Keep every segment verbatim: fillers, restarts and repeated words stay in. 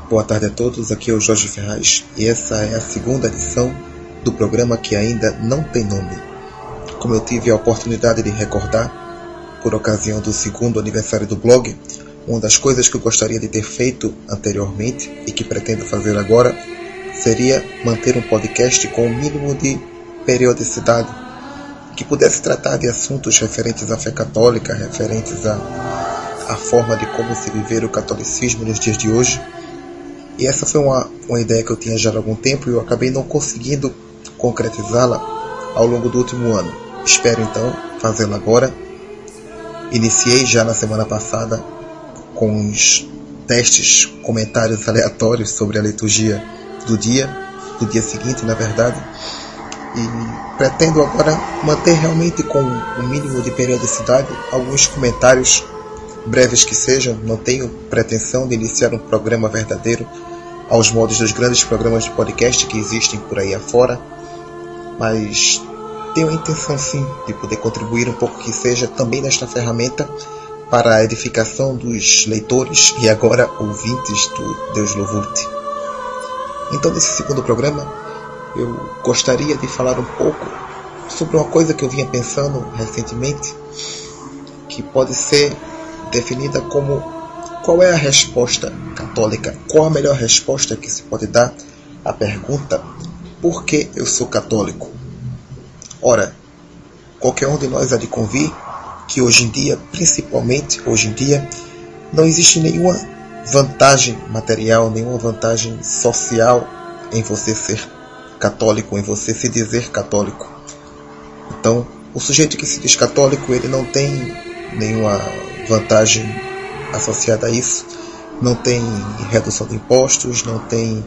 Boa tarde a todos, aqui é o Jorge Ferraz e essa é a segunda edição do programa que ainda não tem nome. Como eu tive a oportunidade de recordar, por ocasião do segundo aniversário do blog, uma das coisas que eu gostaria de ter feito anteriormente e que pretendo fazer agora seria manter um podcast com o mínimo de periodicidade, que pudesse tratar de assuntos referentes à fé católica, referentes à, à forma de como se viver o catolicismo nos dias de hoje. E essa foi uma, uma ideia que eu tinha já há algum tempo e eu acabei não conseguindo concretizá-la ao longo do último ano. Espero então fazê-la agora. Iniciei já na semana passada com os testes, comentários aleatórios sobre a liturgia do dia, do dia seguinte, na verdade. E pretendo agora manter realmente com o mínimo de periodicidade alguns comentários breves que sejam. Não tenho pretensão de iniciar um programa verdadeiro aos modos dos grandes programas de podcast que existem por aí afora, mas tenho a intenção sim de poder contribuir um pouco que seja também nesta ferramenta para a edificação dos leitores e agora ouvintes do Deus Louvor-te. Então, nesse segundo programa, eu gostaria de falar um pouco sobre uma coisa que eu vinha pensando recentemente, que pode ser definida como: qual é a resposta católica? Qual a melhor resposta que se pode dar à pergunta: por que eu sou católico? Ora, qualquer um de nós há de convir que hoje em dia, principalmente hoje em dia, não existe nenhuma vantagem material, nenhuma vantagem social em você ser católico, em você se dizer católico. Então, o sujeito que se diz católico, ele não tem nenhuma vantagem associada a isso, não tem redução de impostos, não tem,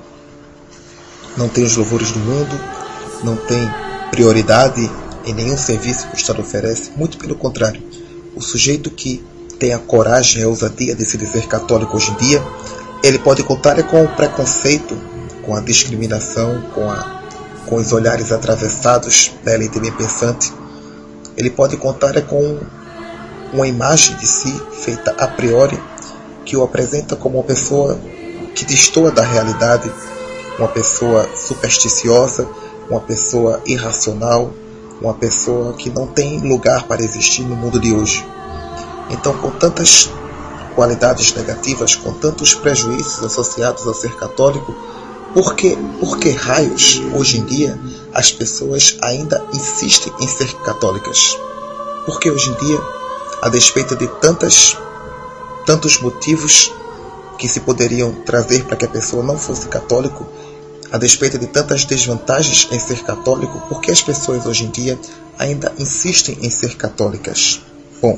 não tem os louvores do mundo, não tem prioridade em nenhum serviço que o Estado oferece. Muito pelo contrário, o sujeito que tem a coragem e a ousadia de se dizer católico hoje em dia, ele pode contar com o preconceito, com a discriminação, com, a, com os olhares atravessados da elite bem pensante. Ele pode contar com uma imagem de si feita a priori, que o apresenta como uma pessoa que destoa da realidade, uma pessoa supersticiosa, uma pessoa irracional, uma pessoa que não tem lugar para existir no mundo de hoje. Então, com tantas qualidades negativas, com tantos prejuízos associados ao ser católico, por que, por que raios, hoje em dia, as pessoas ainda insistem em ser católicas? Porque hoje em dia, a despeito de tantas, tantos motivos que se poderiam trazer para que a pessoa não fosse católico, a despeito de tantas desvantagens em ser católico, por que as pessoas hoje em dia ainda insistem em ser católicas? Bom,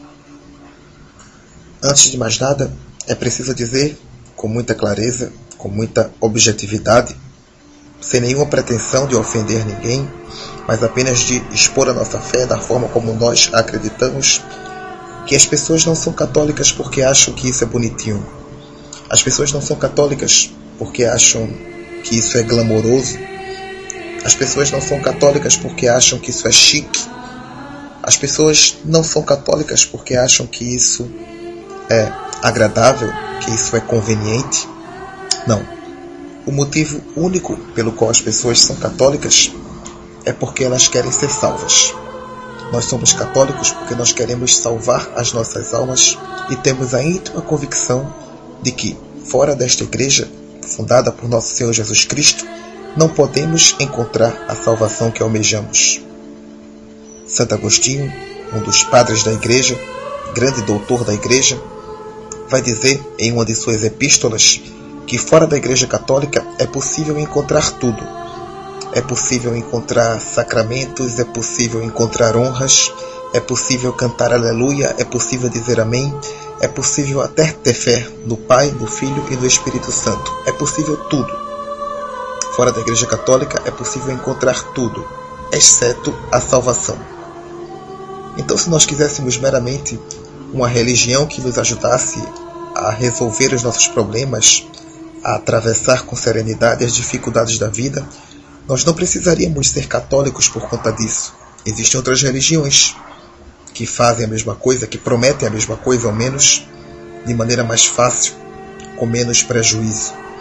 antes de mais nada, é preciso dizer com muita clareza, com muita objetividade, sem nenhuma pretensão de ofender ninguém, mas apenas de expor a nossa fé da forma como nós acreditamos, que as pessoas não são católicas porque acham que isso é bonitinho. As pessoas não são católicas porque acham que isso é glamouroso. As pessoas não são católicas porque acham que isso é chique. As pessoas não são católicas porque acham que isso é agradável, que isso é conveniente. Não. O motivo único pelo qual as pessoas são católicas é porque elas querem ser salvas. Nós somos católicos porque nós queremos salvar as nossas almas e temos a íntima convicção de que, fora desta igreja, fundada por nosso Senhor Jesus Cristo, não podemos encontrar a salvação que almejamos. Santo Agostinho, um dos padres da igreja, grande doutor da igreja, vai dizer em uma de suas epístolas que fora da igreja católica é possível encontrar tudo. É possível encontrar sacramentos, é possível encontrar honras, é possível cantar aleluia, é possível dizer amém, é possível até ter fé no Pai, no Filho e no Espírito Santo. É possível tudo. Fora da igreja católica é possível encontrar tudo, exceto a salvação. Então, se nós quiséssemos meramente uma religião que nos ajudasse a resolver os nossos problemas, a atravessar com serenidade as dificuldades da vida, nós não precisaríamos ser católicos por conta disso. Existem outras religiões que fazem a mesma coisa, que prometem a mesma coisa, ao menos de maneira mais fácil, com menos prejuízo.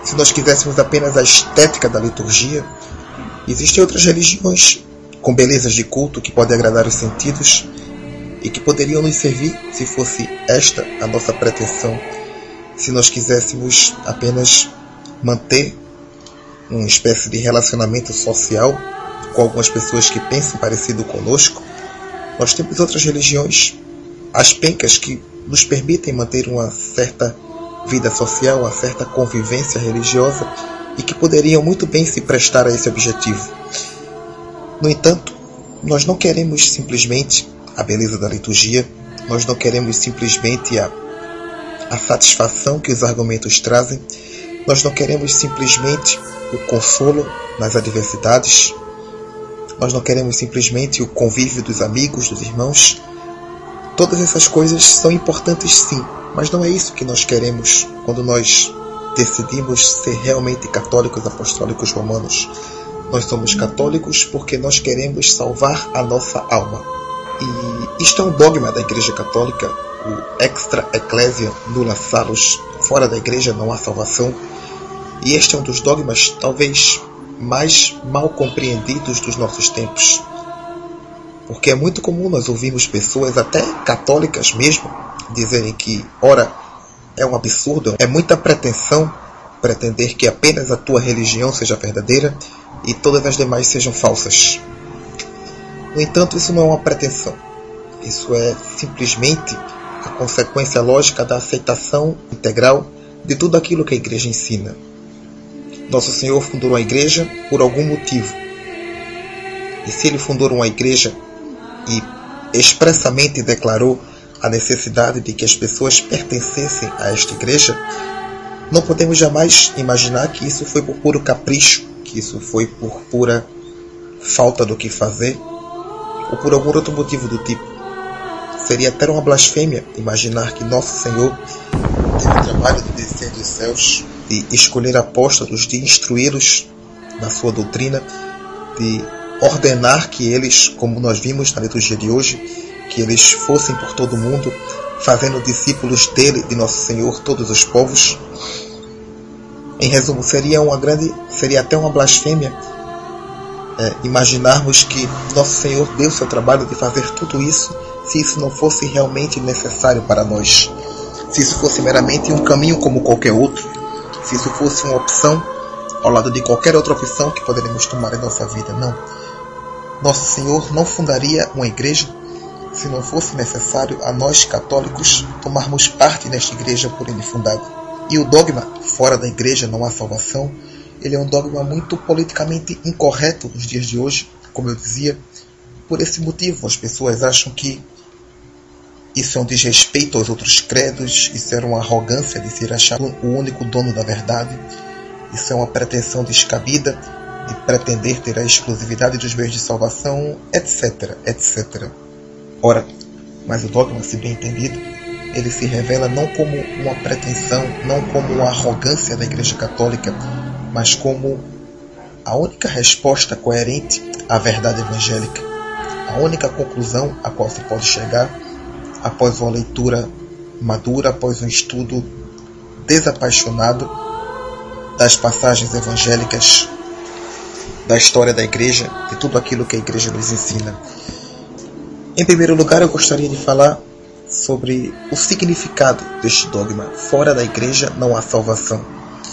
se nós quiséssemos apenas a estética da liturgia, existem outras religiões com belezas de culto que podem agradar os sentidos e que poderiam nos servir se fosse esta a nossa pretensão, se nós quiséssemos apenas manter uma espécie de relacionamento social com algumas pessoas que pensam parecido conosco. Nós temos outras religiões, as pencas, que nos permitem manter uma certa vida social, uma certa convivência religiosa e que poderiam muito bem se prestar a esse objetivo. No entanto, nós não queremos simplesmente a beleza da liturgia, nós não queremos simplesmente a, a satisfação que os argumentos trazem, nós não queremos simplesmente o consolo nas adversidades, nós não queremos simplesmente o convívio dos amigos, dos irmãos. Todas essas coisas são importantes sim, mas não é isso que nós queremos quando nós decidimos ser realmente católicos apostólicos romanos. Nós somos católicos porque nós queremos salvar a nossa alma. E isto é um dogma da Igreja Católica, o extra ecclesia nulla salus, fora da Igreja não há salvação. E este é um dos dogmas talvez mais mal compreendidos dos nossos tempos. Porque é muito comum nós ouvirmos pessoas, até católicas mesmo, dizerem que, ora, é um absurdo, é muita pretensão pretender que apenas a tua religião seja verdadeira e todas as demais sejam falsas. No entanto, isso não é uma pretensão. Isso é simplesmente a consequência lógica da aceitação integral de tudo aquilo que a Igreja ensina. Nosso Senhor fundou uma Igreja por algum motivo. E se Ele fundou uma Igreja e expressamente declarou a necessidade de que as pessoas pertencessem a esta Igreja, não podemos jamais imaginar que isso foi por puro capricho, que isso foi por pura falta do que fazer, ou por algum outro motivo do tipo. Seria até uma blasfêmia imaginar que Nosso Senhor teve o trabalho de descer dos céus, de escolher apóstolos, de instruí-los na sua doutrina, de ordenar que eles, como nós vimos na liturgia de hoje, que eles fossem por todo o mundo, fazendo discípulos dele, de Nosso Senhor, todos os povos. Em resumo, seria uma grande, seria até uma blasfêmia é, imaginarmos que Nosso Senhor deu seu trabalho de fazer tudo isso, se isso não fosse realmente necessário para nós, se isso fosse meramente um caminho como qualquer outro, se isso fosse uma opção ao lado de qualquer outra opção que poderíamos tomar em nossa vida. Não. Nosso Senhor não fundaria uma igreja se não fosse necessário a nós católicos tomarmos parte nesta igreja por ele fundada. E o dogma, fora da igreja não há salvação, ele é um dogma muito politicamente incorreto nos dias de hoje, como eu dizia. Por esse motivo, as pessoas acham que isso é um desrespeito aos outros credos, isso era uma arrogância de se achar o único dono da verdade, isso é uma pretensão descabida de pretender ter a exclusividade dos meios de salvação, etc, etcétera. Ora, mas o dogma, se bem entendido, ele se revela não como uma pretensão, não como uma arrogância da Igreja Católica, mas como a única resposta coerente à verdade evangélica, a única conclusão a qual se pode chegar após uma leitura madura, após um estudo desapaixonado das passagens evangélicas, da história da Igreja, de tudo aquilo que a Igreja nos ensina. Em primeiro lugar, eu gostaria de falar sobre o significado deste dogma. Fora da Igreja não há salvação.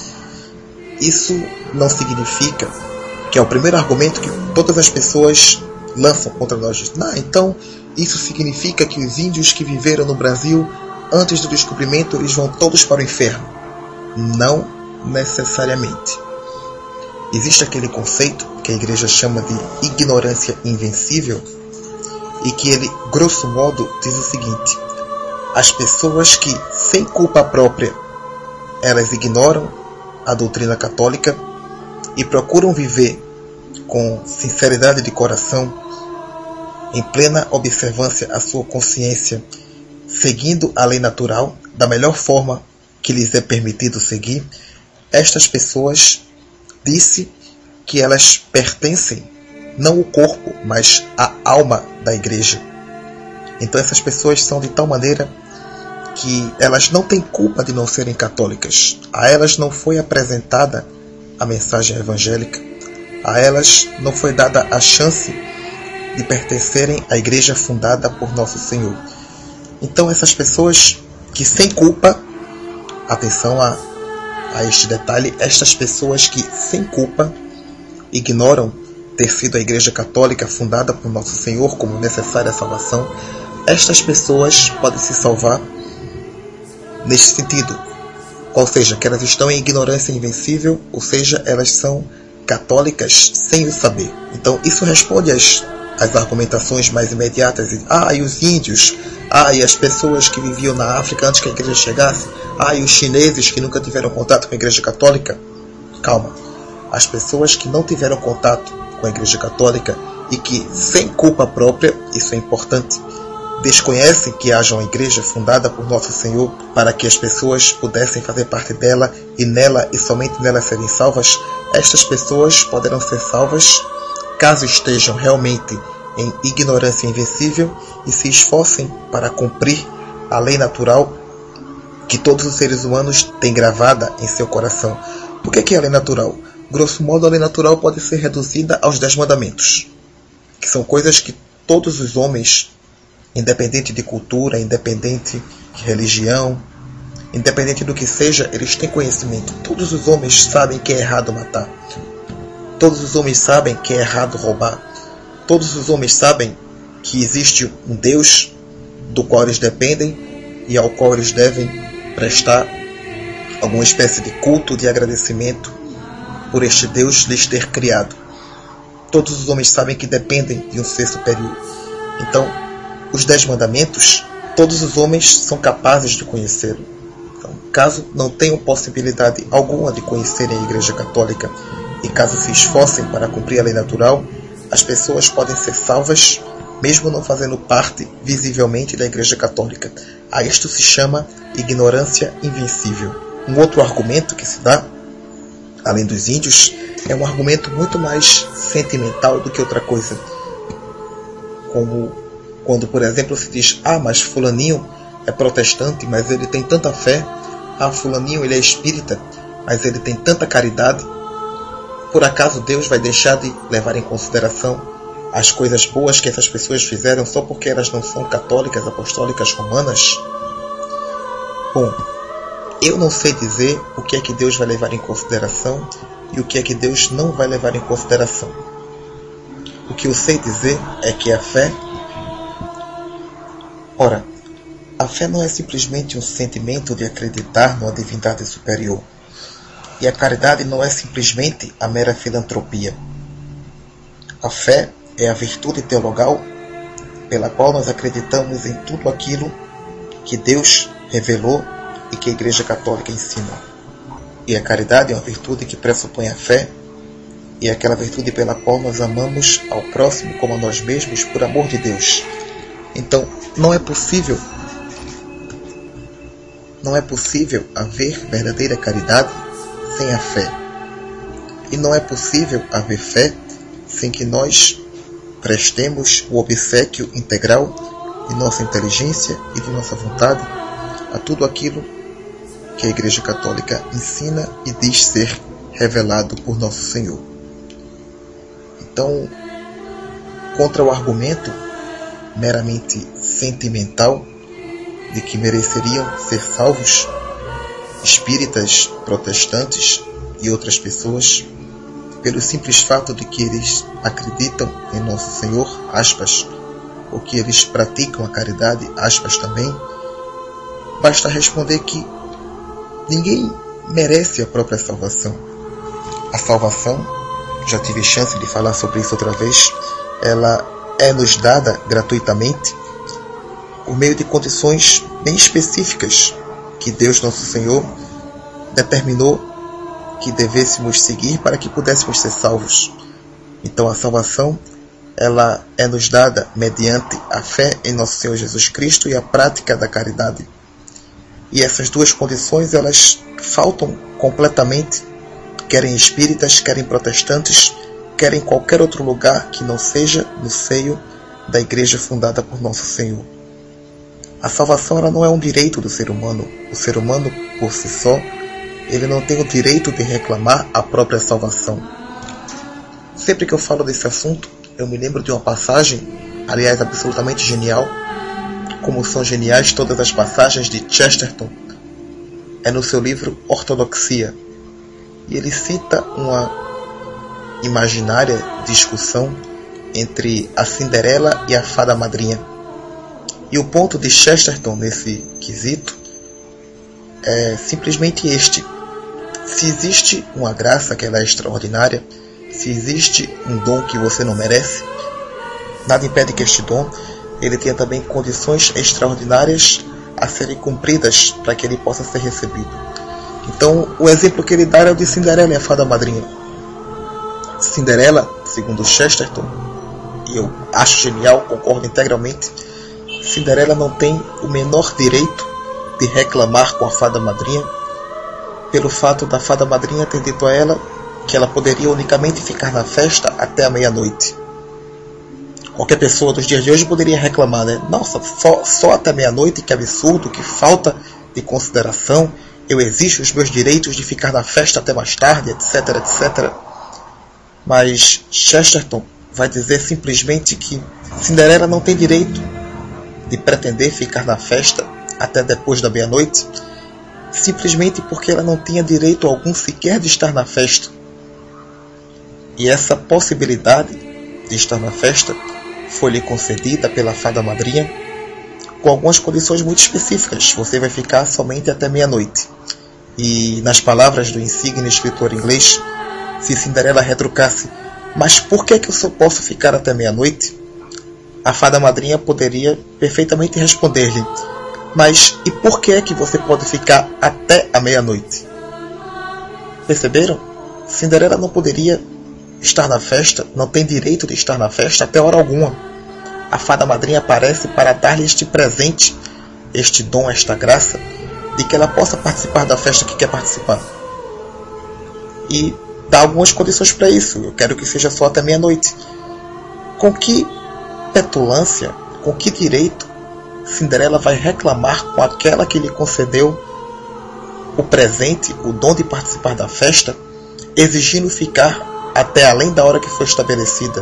Isso não significa que é o primeiro argumento que todas as pessoas lançam contra nós. Não, então isso significa que os índios que viveram no Brasil antes do descobrimento, eles vão todos para o inferno. Não necessariamente. Existe aquele conceito que a Igreja chama de ignorância invencível, e que ele, grosso modo, diz o seguinte: as pessoas que, sem culpa própria, elas ignoram a doutrina católica e procuram viver com sinceridade de coração, em plena observância à sua consciência, seguindo a lei natural da melhor forma que lhes é permitido seguir, estas pessoas, disse que elas pertencem não o corpo, mas a alma da Igreja. Então essas pessoas são de tal maneira que elas não têm culpa de não serem católicas. A elas não foi apresentada a mensagem evangélica. A elas não foi dada a chance de pertencerem à igreja fundada por Nosso Senhor. Então essas pessoas que sem culpa, atenção a, a este detalhe, estas pessoas que sem culpa ignoram ter sido a igreja católica fundada por Nosso Senhor como necessária salvação, estas pessoas podem se salvar neste sentido, ou seja, que elas estão em ignorância invencível, ou seja, elas são católicas sem o saber. Então isso responde às, às argumentações mais imediatas. Ah, e os índios, ah, e as pessoas que viviam na África antes que a igreja chegasse, ah, e os chineses que nunca tiveram contato com a igreja católica. Calma, as pessoas que não tiveram contato com a igreja católica e que sem culpa própria, isso é importante, desconhecem que haja uma igreja fundada por Nosso Senhor para que as pessoas pudessem fazer parte dela e nela e somente nela serem salvas, estas pessoas poderão ser salvas caso estejam realmente em ignorância invencível e se esforcem para cumprir a lei natural que todos os seres humanos têm gravada em seu coração. O que é a lei natural? Grosso modo, a lei natural pode ser reduzida aos dez mandamentos, que são coisas que todos os homens, independente de cultura, independente de religião, independente do que seja, eles têm conhecimento. Todos os homens sabem que é errado matar. Todos os homens sabem que é errado roubar. Todos os homens sabem que existe um Deus do qual eles dependem e ao qual eles devem prestar alguma espécie de culto de agradecimento por este Deus lhes ter criado. Todos os homens sabem que dependem de um ser superior. Então, os dez mandamentos, todos os homens são capazes de conhecê-lo. Então, caso não tenham possibilidade alguma de conhecerem a Igreja Católica e caso se esforcem para cumprir a lei natural, as pessoas podem ser salvas mesmo não fazendo parte visivelmente da Igreja Católica. A isto se chama ignorância invencível. Um outro argumento que se dá, além dos índios, é um argumento muito mais sentimental do que outra coisa. Como quando, por exemplo, se diz: ah, mas fulaninho é protestante, mas ele tem tanta fé. Ah, fulaninho ele é espírita, mas ele tem tanta caridade. Por acaso Deus vai deixar de levar em consideração as coisas boas que essas pessoas fizeram só porque elas não são católicas, apostólicas, romanas? Bom, eu não sei dizer o que é que Deus vai levar em consideração e o que é que Deus não vai levar em consideração. O que eu sei dizer é que a fé... Ora, a fé não é simplesmente um sentimento de acreditar numa divindade superior. E a caridade não é simplesmente a mera filantropia. A fé é a virtude teologal pela qual nós acreditamos em tudo aquilo que Deus revelou e que a Igreja Católica ensina. E a caridade é uma virtude que pressupõe a fé e é aquela virtude pela qual nós amamos ao próximo como a nós mesmos por amor de Deus. Então, não é possível não é possível haver verdadeira caridade sem a fé. E não é possível haver fé sem que nós prestemos o obséquio integral de nossa inteligência e de nossa vontade a tudo aquilo que a Igreja Católica ensina e diz ser revelado por Nosso Senhor. Então, contra o argumento meramente sentimental de que mereceriam ser salvos espíritas, protestantes e outras pessoas, pelo simples fato de que eles acreditam em Nosso Senhor, aspas, ou que eles praticam a caridade, aspas também, basta responder que ninguém merece a própria salvação. A salvação, já tive chance de falar sobre isso outra vez, ela é nos dada gratuitamente por meio de condições bem específicas que Deus Nosso Senhor determinou que devêssemos seguir para que pudéssemos ser salvos. Então a salvação ela é nos dada mediante a fé em Nosso Senhor Jesus Cristo e a prática da caridade. E essas duas condições elas faltam completamente, querem espíritas, querem protestantes, querem qualquer outro lugar que não seja no seio da igreja fundada por Nosso Senhor. A salvação ela não é um direito do ser humano. O ser humano, por si só, ele não tem o direito de reclamar a própria salvação. Sempre que eu falo desse assunto, eu me lembro de uma passagem, aliás, absolutamente genial, como são geniais todas as passagens de Chesterton, é no seu livro Ortodoxia. E ele cita uma imaginária discussão entre a Cinderela e a Fada Madrinha. E o ponto de Chesterton nesse quesito é simplesmente este: se existe uma graça que ela é extraordinária, se existe um dom que você não merece, nada impede que este dom ele tenha também condições extraordinárias a serem cumpridas para que ele possa ser recebido. Então, o exemplo que ele dá é o de Cinderela e a Fada Madrinha. Cinderela, segundo Chesterton, e eu acho genial, concordo integralmente, Cinderela não tem o menor direito de reclamar com a Fada Madrinha, pelo fato da Fada Madrinha ter dito a ela que ela poderia unicamente ficar na festa até a meia-noite. Qualquer pessoa dos dias de hoje poderia reclamar, né? Nossa, só, só até meia-noite, que absurdo, que falta de consideração, eu exijo os meus direitos de ficar na festa até mais tarde, etc, etcétera. Mas Chesterton vai dizer simplesmente que Cinderela não tem direito de pretender ficar na festa até depois da meia-noite, simplesmente porque ela não tinha direito algum sequer de estar na festa. E essa possibilidade de estar na festa foi-lhe concedida pela Fada Madrinha com algumas condições muito específicas. Você vai ficar somente até meia-noite. E nas palavras do insigne escritor inglês, se Cinderela retrucasse: mas por que, que eu só posso ficar até meia-noite? A Fada Madrinha poderia perfeitamente responder-lhe: mas e por que é que você pode ficar até a meia-noite? Perceberam? Cinderela não poderia estar na festa, não tem direito de estar na festa até hora alguma. A Fada Madrinha aparece para dar-lhe este presente, este dom, esta graça, de que ela possa participar da festa que quer participar. E dá algumas condições para isso. Eu quero que seja só até meia-noite. Com que petulância, com que direito Cinderela vai reclamar com aquela que lhe concedeu o presente, o dom de participar da festa, exigindo ficar até além da hora que foi estabelecida?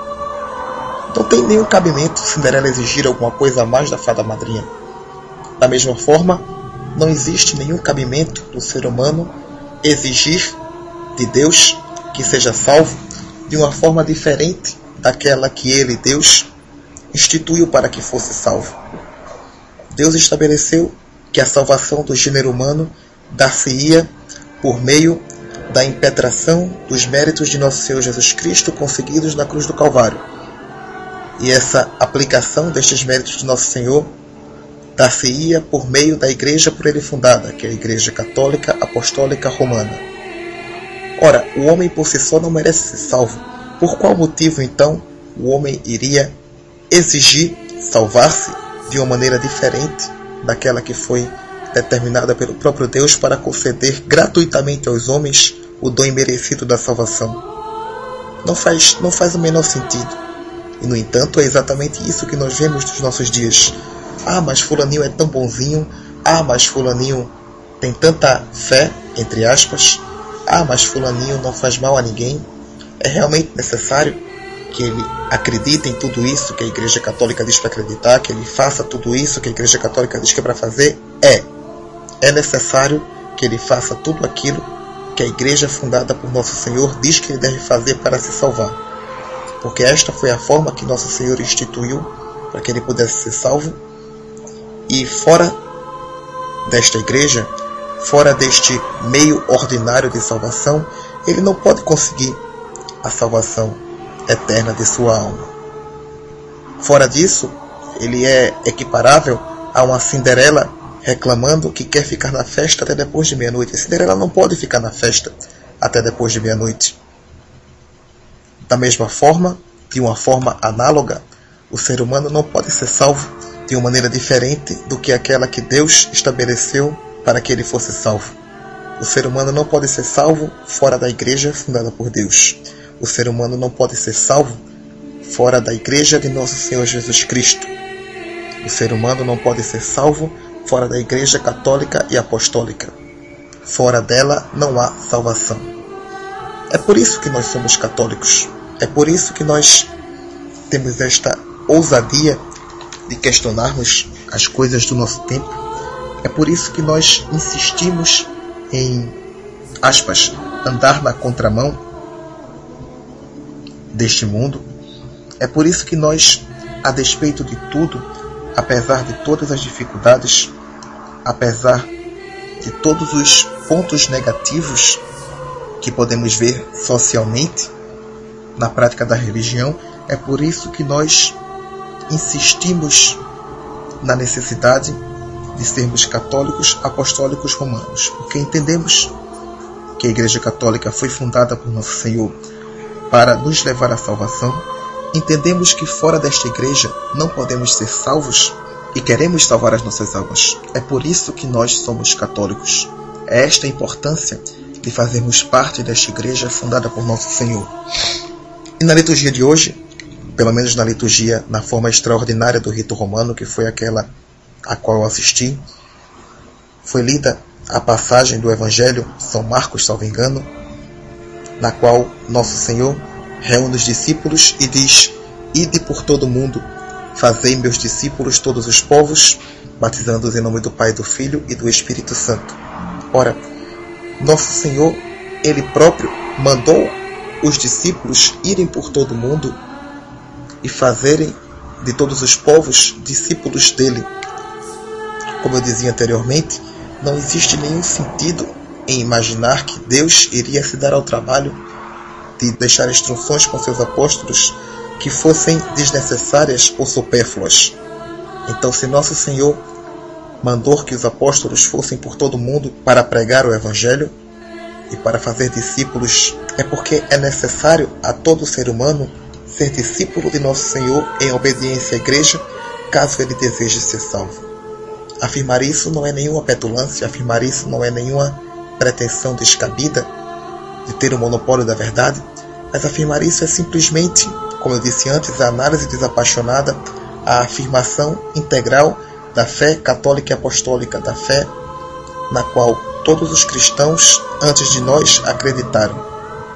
Não tem nenhum cabimento Cinderela exigir alguma coisa a mais da Fada Madrinha. Da mesma forma, não existe nenhum cabimento do ser humano exigir de Deus que seja salvo de uma forma diferente daquela que Ele, Deus, instituiu para que fosse salvo. Deus estabeleceu que a salvação do gênero humano dar-se-ia por meio da impetração dos méritos de nosso Senhor Jesus Cristo conseguidos na cruz do Calvário. E essa aplicação destes méritos de nosso Senhor dar-se-ia por meio da igreja por Ele fundada, que é a Igreja Católica Apostólica Romana. Ora, o homem por si só não merece ser salvo. Por qual motivo, então, o homem iria exigir salvar-se de uma maneira diferente daquela que foi determinada pelo próprio Deus para conceder gratuitamente aos homens o dom imerecido da salvação? Não faz, não faz o menor sentido. E, no entanto, é exatamente isso que nós vemos nos nossos dias. Ah, mas fulaninho é tão bonzinho. Ah, mas fulaninho tem tanta fé, entre aspas. Ah, mas fulaninho não faz mal a ninguém. É realmente necessário que ele acredite em tudo isso que a Igreja Católica diz para acreditar, que ele faça tudo isso que a Igreja Católica diz que é para fazer? É. É necessário que ele faça tudo aquilo que a Igreja fundada por Nosso Senhor diz que ele deve fazer para se salvar. Porque esta foi a forma que Nosso Senhor instituiu para que ele pudesse ser salvo. E fora desta Igreja, fora deste meio ordinário de salvação, ele não pode conseguir a salvação eterna de sua alma. Fora disso, ele é equiparável a uma Cinderela reclamando que quer ficar na festa até depois de meia-noite. A Cinderela não pode ficar na festa até depois de meia-noite. Da mesma forma, de uma forma análoga, o ser humano não pode ser salvo de uma maneira diferente do que aquela que Deus estabeleceu para que ele fosse salvo. O ser humano não pode ser salvo fora da igreja fundada por Deus. O ser humano não pode ser salvo fora da igreja de nosso Senhor Jesus Cristo. O ser humano não pode ser salvo fora da Igreja Católica e Apostólica. Fora dela não há salvação. É por isso que nós somos católicos. É por isso que nós temos esta ousadia de questionarmos as coisas do nosso tempo. É por isso que nós insistimos em, aspas, andar na contramão deste mundo. É por isso que nós, a despeito de tudo, apesar de todas as dificuldades, apesar de todos os pontos negativos que podemos ver socialmente na prática da religião, é por isso que nós insistimos na necessidade de sermos católicos apostólicos romanos, porque entendemos que a Igreja Católica foi fundada por Nosso Senhor para nos levar à salvação. Entendemos que fora desta igreja não podemos ser salvos e queremos salvar as nossas almas. É por isso que nós somos católicos. É esta a importância de fazermos parte desta igreja fundada por Nosso Senhor. E na liturgia de hoje, pelo menos na liturgia na forma extraordinária do rito romano, que foi aquela a qual eu assisti, foi lida a passagem do Evangelho, São Marcos, salvo engano, na qual Nosso Senhor reúne os discípulos e diz: ide por todo o mundo, fazei meus discípulos todos os povos, batizando-os em nome do Pai, do Filho e do Espírito Santo. Ora, Nosso Senhor, Ele próprio, mandou os discípulos irem por todo o mundo e fazerem de todos os povos discípulos dele. Como eu dizia anteriormente, não existe nenhum sentido em imaginar que Deus iria se dar ao trabalho de deixar instruções com seus apóstolos que fossem desnecessárias ou supérfluas. Então, se Nosso Senhor mandou que os apóstolos fossem por todo o mundo para pregar o Evangelho e para fazer discípulos, é porque é necessário a todo ser humano ser discípulo de Nosso Senhor em obediência à Igreja, caso ele deseje ser salvo. Afirmar isso não é nenhuma petulância, afirmar isso não é nenhuma pretensão descabida de ter o monopólio da verdade, mas afirmar isso é simplesmente, como eu disse antes, a análise desapaixonada, a afirmação integral da fé católica e apostólica, da fé na qual todos os cristãos antes de nós acreditaram.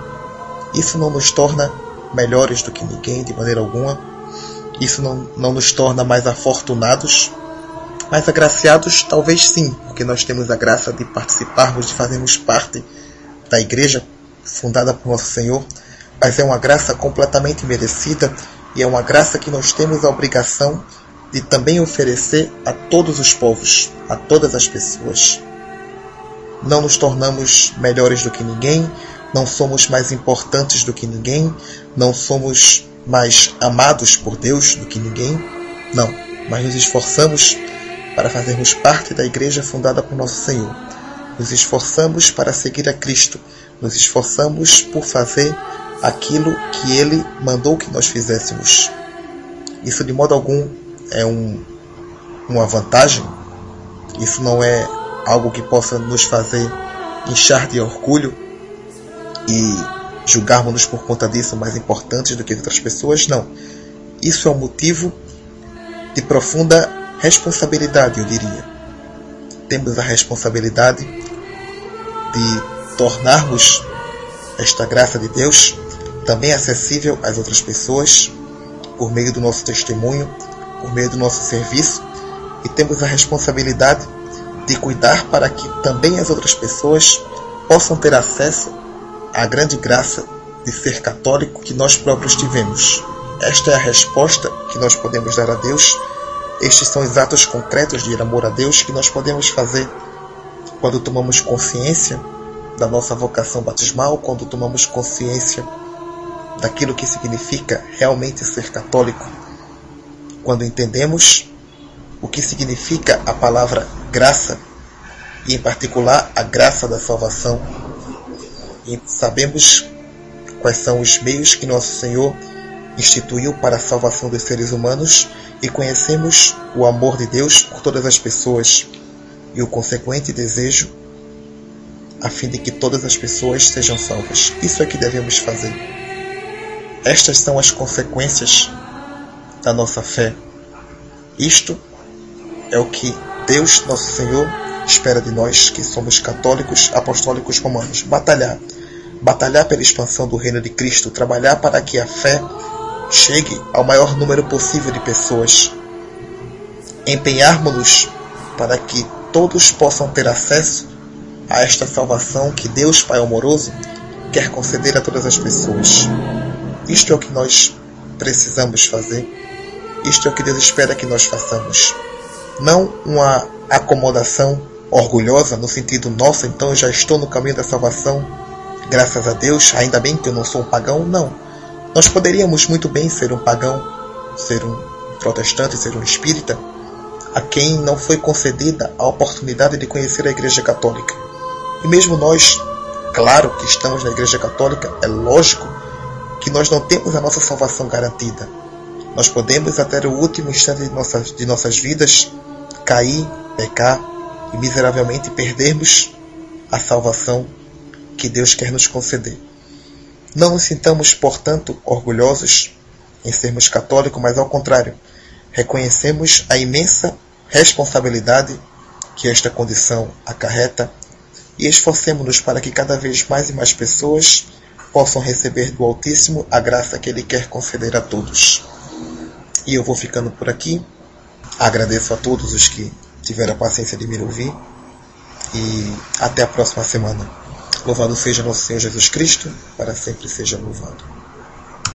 Isso não nos torna melhores do que ninguém, de maneira alguma. Isso não, não nos torna mais afortunados, mas agraciados talvez sim, porque nós temos a graça de participarmos, de fazermos parte da igreja fundada por Nosso Senhor, mas é uma graça completamente merecida e é uma graça que nós temos a obrigação de também oferecer a todos os povos, a todas as pessoas. Não nos tornamos melhores do que ninguém, não somos mais importantes do que ninguém, não somos mais amados por Deus do que ninguém, não, mas nos esforçamos para fazermos parte da igreja fundada por Nosso Senhor. Nos esforçamos para seguir a Cristo, nos esforçamos por fazer aquilo que Ele mandou que nós fizéssemos. Isso de modo algum é um, uma vantagem, isso não é algo que possa nos fazer inchar de orgulho e julgarmos-nos por conta disso mais importantes do que outras pessoas, não. Isso é um motivo de profunda responsabilidade, eu diria. Temos a responsabilidade de tornarmos esta graça de Deus também acessível às outras pessoas por meio do nosso testemunho, por meio do nosso serviço, e temos a responsabilidade de cuidar para que também as outras pessoas possam ter acesso à grande graça de ser católico que nós próprios tivemos. Esta é a resposta que nós podemos dar a Deus. Estes são os atos concretos de amor a Deus que nós podemos fazer quando tomamos consciência da nossa vocação batismal, quando tomamos consciência daquilo que significa realmente ser católico, quando entendemos o que significa a palavra graça, e em particular a graça da salvação, e sabemos quais são os meios que Nosso Senhor instituiu para a salvação dos seres humanos, e conhecemos o amor de Deus por todas as pessoas e o consequente desejo a fim de que todas as pessoas sejam salvas. Isso é que devemos fazer. Estas são as consequências da nossa fé. Isto É o que Deus, nosso Senhor, espera de nós que somos católicos, apostólicos romanos. Batalhar. Batalhar pela expansão do reino de Cristo. Trabalhar para que a fé chegue ao maior número possível de pessoas. Empenharmos-nos para que todos possam ter acesso a esta salvação que Deus, Pai amoroso, quer conceder a todas as pessoas. Isto é o que nós precisamos fazer. Isto é o que Deus espera que nós façamos. Não uma acomodação orgulhosa no sentido, nossa, então eu já estou no caminho da salvação, graças a Deus, ainda bem que eu não sou um pagão. Não. Nós poderíamos muito bem ser um pagão, ser um protestante, ser um espírita, a quem não foi concedida a oportunidade de conhecer a Igreja Católica. E mesmo nós, claro que estamos na Igreja Católica, é lógico que nós não temos a nossa salvação garantida. Nós podemos, até o último instante de nossas, de nossas vidas, cair, pecar e miseravelmente perdermos a salvação que Deus quer nos conceder. Não nos sintamos, portanto, orgulhosos em sermos católicos, mas ao contrário, reconhecemos a imensa responsabilidade que esta condição acarreta e esforcemos-nos para que cada vez mais e mais pessoas possam receber do Altíssimo a graça que Ele quer conceder a todos. E eu vou ficando por aqui. Agradeço a todos os que tiveram a paciência de me ouvir. E até a próxima semana. Louvado seja nosso Senhor Jesus Cristo, para sempre seja louvado.